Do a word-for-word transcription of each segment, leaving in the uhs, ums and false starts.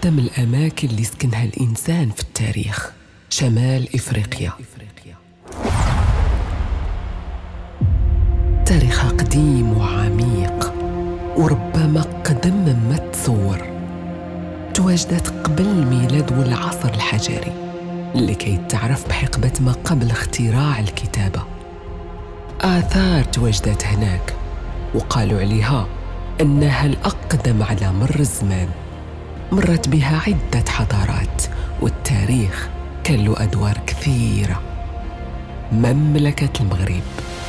أقدم الأماكن اللي سكنها الإنسان في التاريخ، شمال إفريقيا. تاريخها قديم وعميق، وربما قدم مما تصور. تواجدت قبل الميلاد والعصر الحجري اللي كيتعرف بحقبة ما قبل اختراع الكتابة. آثار تواجدت هناك وقالوا عليها أنها الأقدم على مر الزمان. مرت بها عدة حضارات، والتاريخ كان له أدوار كثيرة. مملكة المغرب.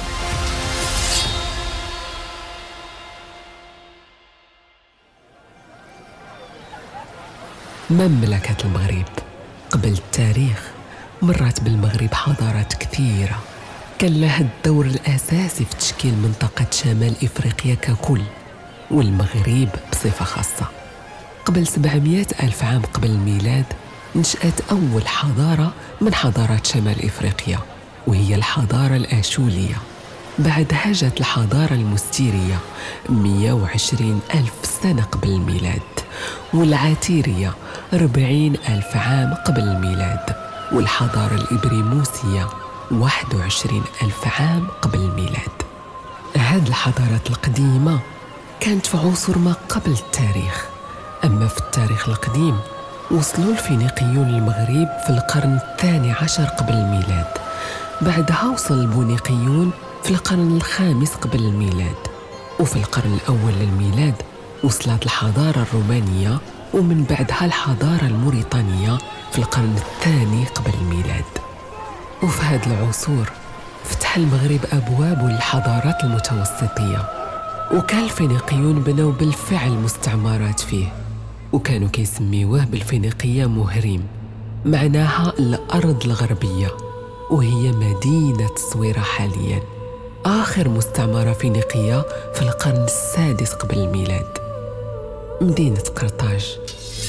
مملكة المغرب قبل التاريخ مرت بالمغرب حضارات كثيرة، كان لها الدور الأساسي في تشكيل منطقة شمال إفريقيا ككل، والمغرب بصفة خاصة. قبل سبعمائة ألف عام قبل الميلاد نشأت أول حضارة من حضارات شمال إفريقيا، وهي الحضارة الآشولية. بعدها جات الحضارة المستيرية مئة وعشرين ألف سنة قبل الميلاد، والعتيرية أربعين ألف عام قبل الميلاد، والحضارة الإبريموسية واحد وعشرين ألف عام قبل الميلاد. هاد الحضارات القديمة كانت في عصور ما قبل التاريخ. أما في التاريخ القديم وصلوا الفينيقيون للمغرب في القرن الثاني عشر قبل الميلاد. بعدها وصل البونيقيون في القرن الخامس قبل الميلاد، وفي القرن الأول للميلاد وصلت الحضارة الرومانية، ومن بعدها الحضارة الموريتانية في القرن الثاني قبل الميلاد. وفي هذه العصور فتح المغرب أبواب للحضارات المتوسطية، وكان الفينيقيون بنوا بالفعل مستعمرات فيه، وكانوا كيسميوه بالفينيقية مهريم، معناها الأرض الغربية، وهي مدينة الصويرة حالياً. آخر مستعمرة فينيقية في القرن السادس قبل الميلاد مدينة قرطاج.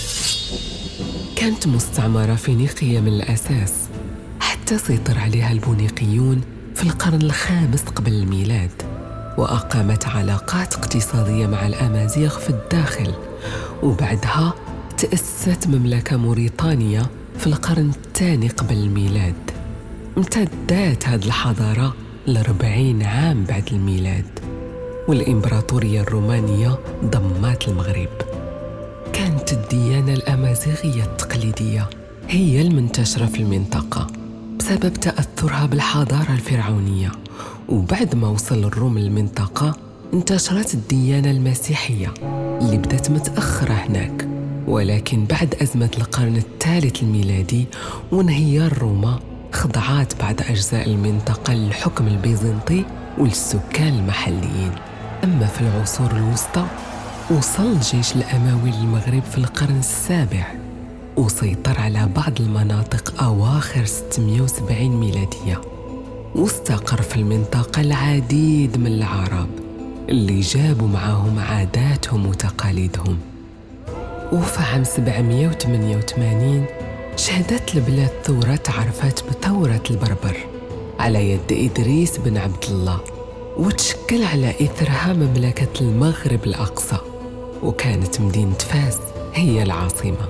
كانت مستعمرة فينيقية من الأساس، حتى سيطر عليها البونيقيون في القرن الخامس قبل الميلاد، وأقامت علاقات اقتصادية مع الأمازيغ في الداخل. وبعدها تأسست مملكة موريتانيا في القرن الثاني قبل الميلاد. امتدت هذه الحضارة لأربعين عام بعد الميلاد، والإمبراطورية الرومانية ضمت المغرب. كانت الديانة الأمازيغية التقليدية هي المنتشرة في المنطقة بسبب تأثرها بالحضارة الفرعونية. وبعد ما وصل الروم للمنطقة انتشرت الديانة المسيحية اللي بدأت متأخرة هناك، ولكن بعد أزمة القرن الثالث الميلادي وانهيار روما خضعت بعض أجزاء المنطقة للحكم البيزنطي وللسكان المحليين. أما في العصور الوسطى وصل الجيش الأموي للمغرب في القرن السابع، وسيطر على بعض المناطق أواخر ستمائة وسبعين ميلادية، واستقر في المنطقة العديد من العرب اللي جابوا معهم عاداتهم وتقاليدهم. وفي عام سبعمائة وثمانية وثمانين شهدت البلاد ثورة تعرفت بثورة البربر على يد إدريس بن عبد الله، وتشكل على إثرها مملكة المغرب الأقصى، وكانت مدينة فاس هي العاصمة.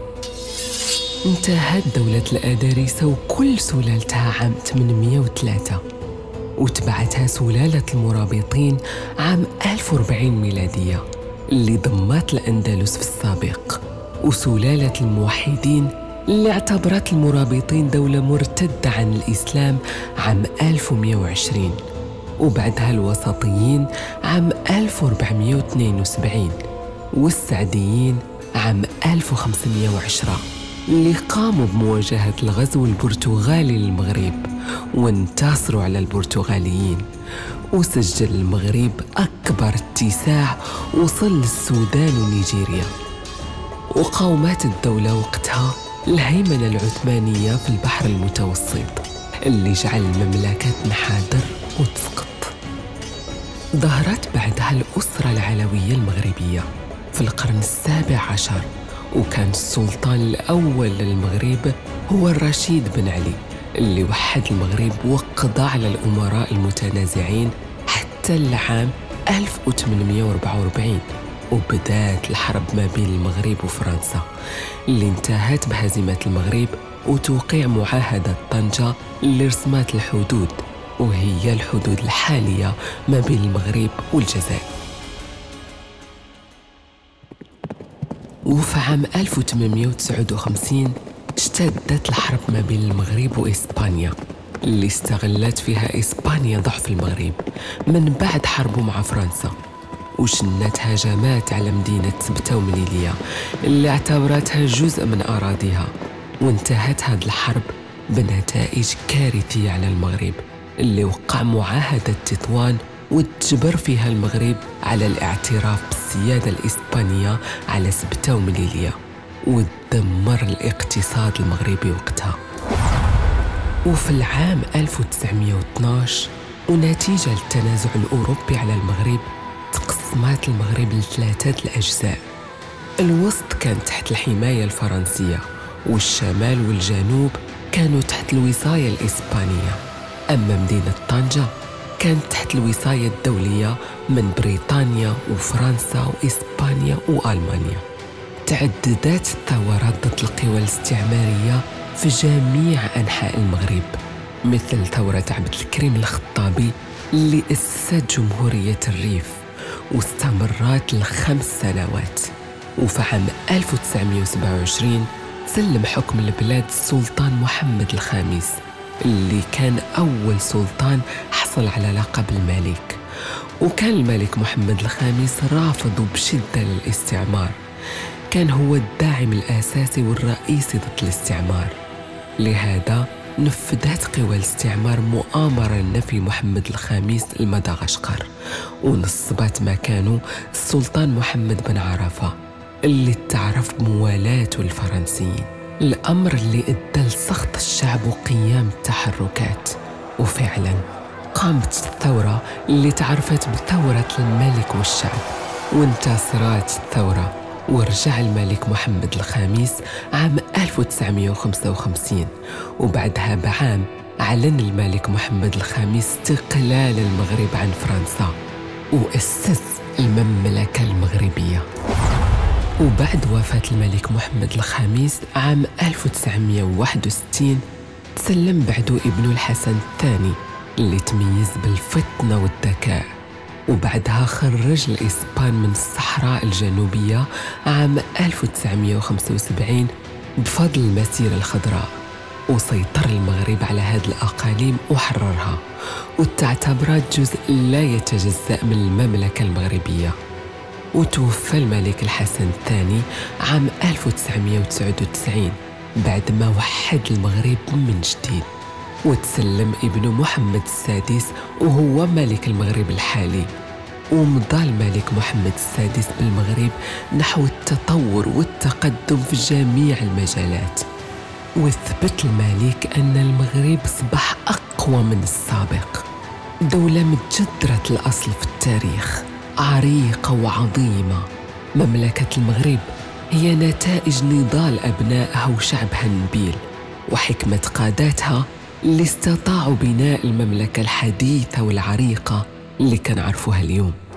انتهت دولة الأدارسة وكل سلالتها عام ثمانمائة وثلاثة، وتبعتها سلالة المرابطين عام ألف وأربعين ميلادية اللي ضمت الأندلس في السابق، وسلالة الموحدين اللي اعتبرت المرابطين دولة مرتدة عن الإسلام عام ألف ومئة وعشرين، وبعدها الوسطيين عام ألف وأربعمائة واثنين وسبعين، والسعديين عام ألف وخمسمائة وعشرة اللي قاموا بمواجهة الغزو البرتغالي للمغرب وانتصروا على البرتغاليين. وسجل المغرب أكبر اتساع وصل للسودان ونيجيريا. وقاومت الدولة وقتها الهيمنة العثمانية في البحر المتوسط اللي جعل المملكة تنحدر وتسقط. ظهرت بعدها الأسرة العلوية المغربية في القرن السابع عشر، وكان السلطان الأول للمغرب هو الرشيد بن علي اللي وحد المغرب وقضى على الأمراء المتنازعين حتى العام ألف وثمانمائة وأربعة وأربعين. وبدات الحرب ما بين المغرب وفرنسا اللي انتهت بهزيمة المغرب وتوقيع معاهدة طنجة اللي رسمت الحدود، وهي الحدود الحالية ما بين المغرب والجزائر. وفي عام ألف وثمانمائة وتسعة وخمسين اشتدت الحرب ما بين المغرب وإسبانيا اللي استغلت فيها إسبانيا ضعف المغرب من بعد حربه مع فرنسا، وشنت هجمات على مدينة سبتة ومليلية اللي اعتبرتها جزء من أراضيها. وانتهت هذه الحرب بنتائج كارثية على المغرب اللي وقع معاهدة تطوان وتجبر فيها المغرب على الاعتراف بالسيادة الإسبانية على سبتة ومليلية، وتدمر الاقتصاد المغربي وقتها. وفي العام ألف وتسعمائة واثني عشر ونتيجة للتنازع الأوروبي على المغرب تقسمت المغرب لثلاثة الأجزاء. الوسط كان تحت الحماية الفرنسية، والشمال والجنوب كانوا تحت الوصاية الإسبانية. أما مدينة طنجة كانت تحت الوصاية الدولية من بريطانيا وفرنسا وإسبانيا وألمانيا. تعددت الثورات ضد القوى الاستعمارية في جميع أنحاء المغرب، مثل ثورة عبد الكريم الخطابي اللي أسست جمهورية الريف واستمرت لخمس سنوات. وفي عام ألف وتسعمائة وسبعة وعشرين سلم حكم البلاد السلطان محمد الخامس اللي كان أول سلطان حصل على لقب الملك. وكان الملك محمد الخامس رافض بشدة للاستعمار، كان هو الداعم الأساسي والرئيسي ضد الاستعمار. لهذا نفذت قوى الاستعمار مؤامرة لنفي محمد الخامس لمدغشقر، ونصبت مكانه السلطان محمد بن عرفة اللي تعرف بموالاته الفرنسيين، الأمر اللي أدى لسخط الشعب وقيام التحركات. وفعلا قامت الثورة اللي تعرفت بثورة الملك والشعب، وانتصرت الثورة ورجع الملك محمد الخامس عام ألف وتسعمائة وخمسة وخمسين. وبعدها بعام أعلن الملك محمد الخامس استقلال المغرب عن فرنسا وأسس المملكة المغربية. وبعد وفاة الملك محمد الخامس عام ألف وتسعمائة وواحد وستين تسلم بعده ابنه الحسن الثاني اللي تميز بالفطنة والذكاء. وبعدها خرج الإسبان من الصحراء الجنوبية عام ألف وتسعمائة وخمسة وسبعين بفضل المسيرة الخضراء، وسيطر المغرب على هذه الأقاليم وحررها، وتعتبرت جزء لا يتجزأ من المملكة المغربية. وتوفى الملك الحسن الثاني عام ألف وتسعمائة وتسعة وتسعين بعد ما وحد المغرب من جديد، وتسلم ابنه محمد السادس وهو ملك المغرب الحالي. ومضى الملك محمد السادس بالمغرب نحو التطور والتقدم في جميع المجالات، وثبت الملك أن المغرب أصبح أقوى من السابق، دولة متجذرة الأصل في التاريخ، عريقة وعظيمة. مملكة المغرب هي نتائج نضال أبنائها وشعبها النبيل وحكمة قاداتها اللي استطاعوا بناء المملكة الحديثة والعريقة اللي كنعرفوها اليوم.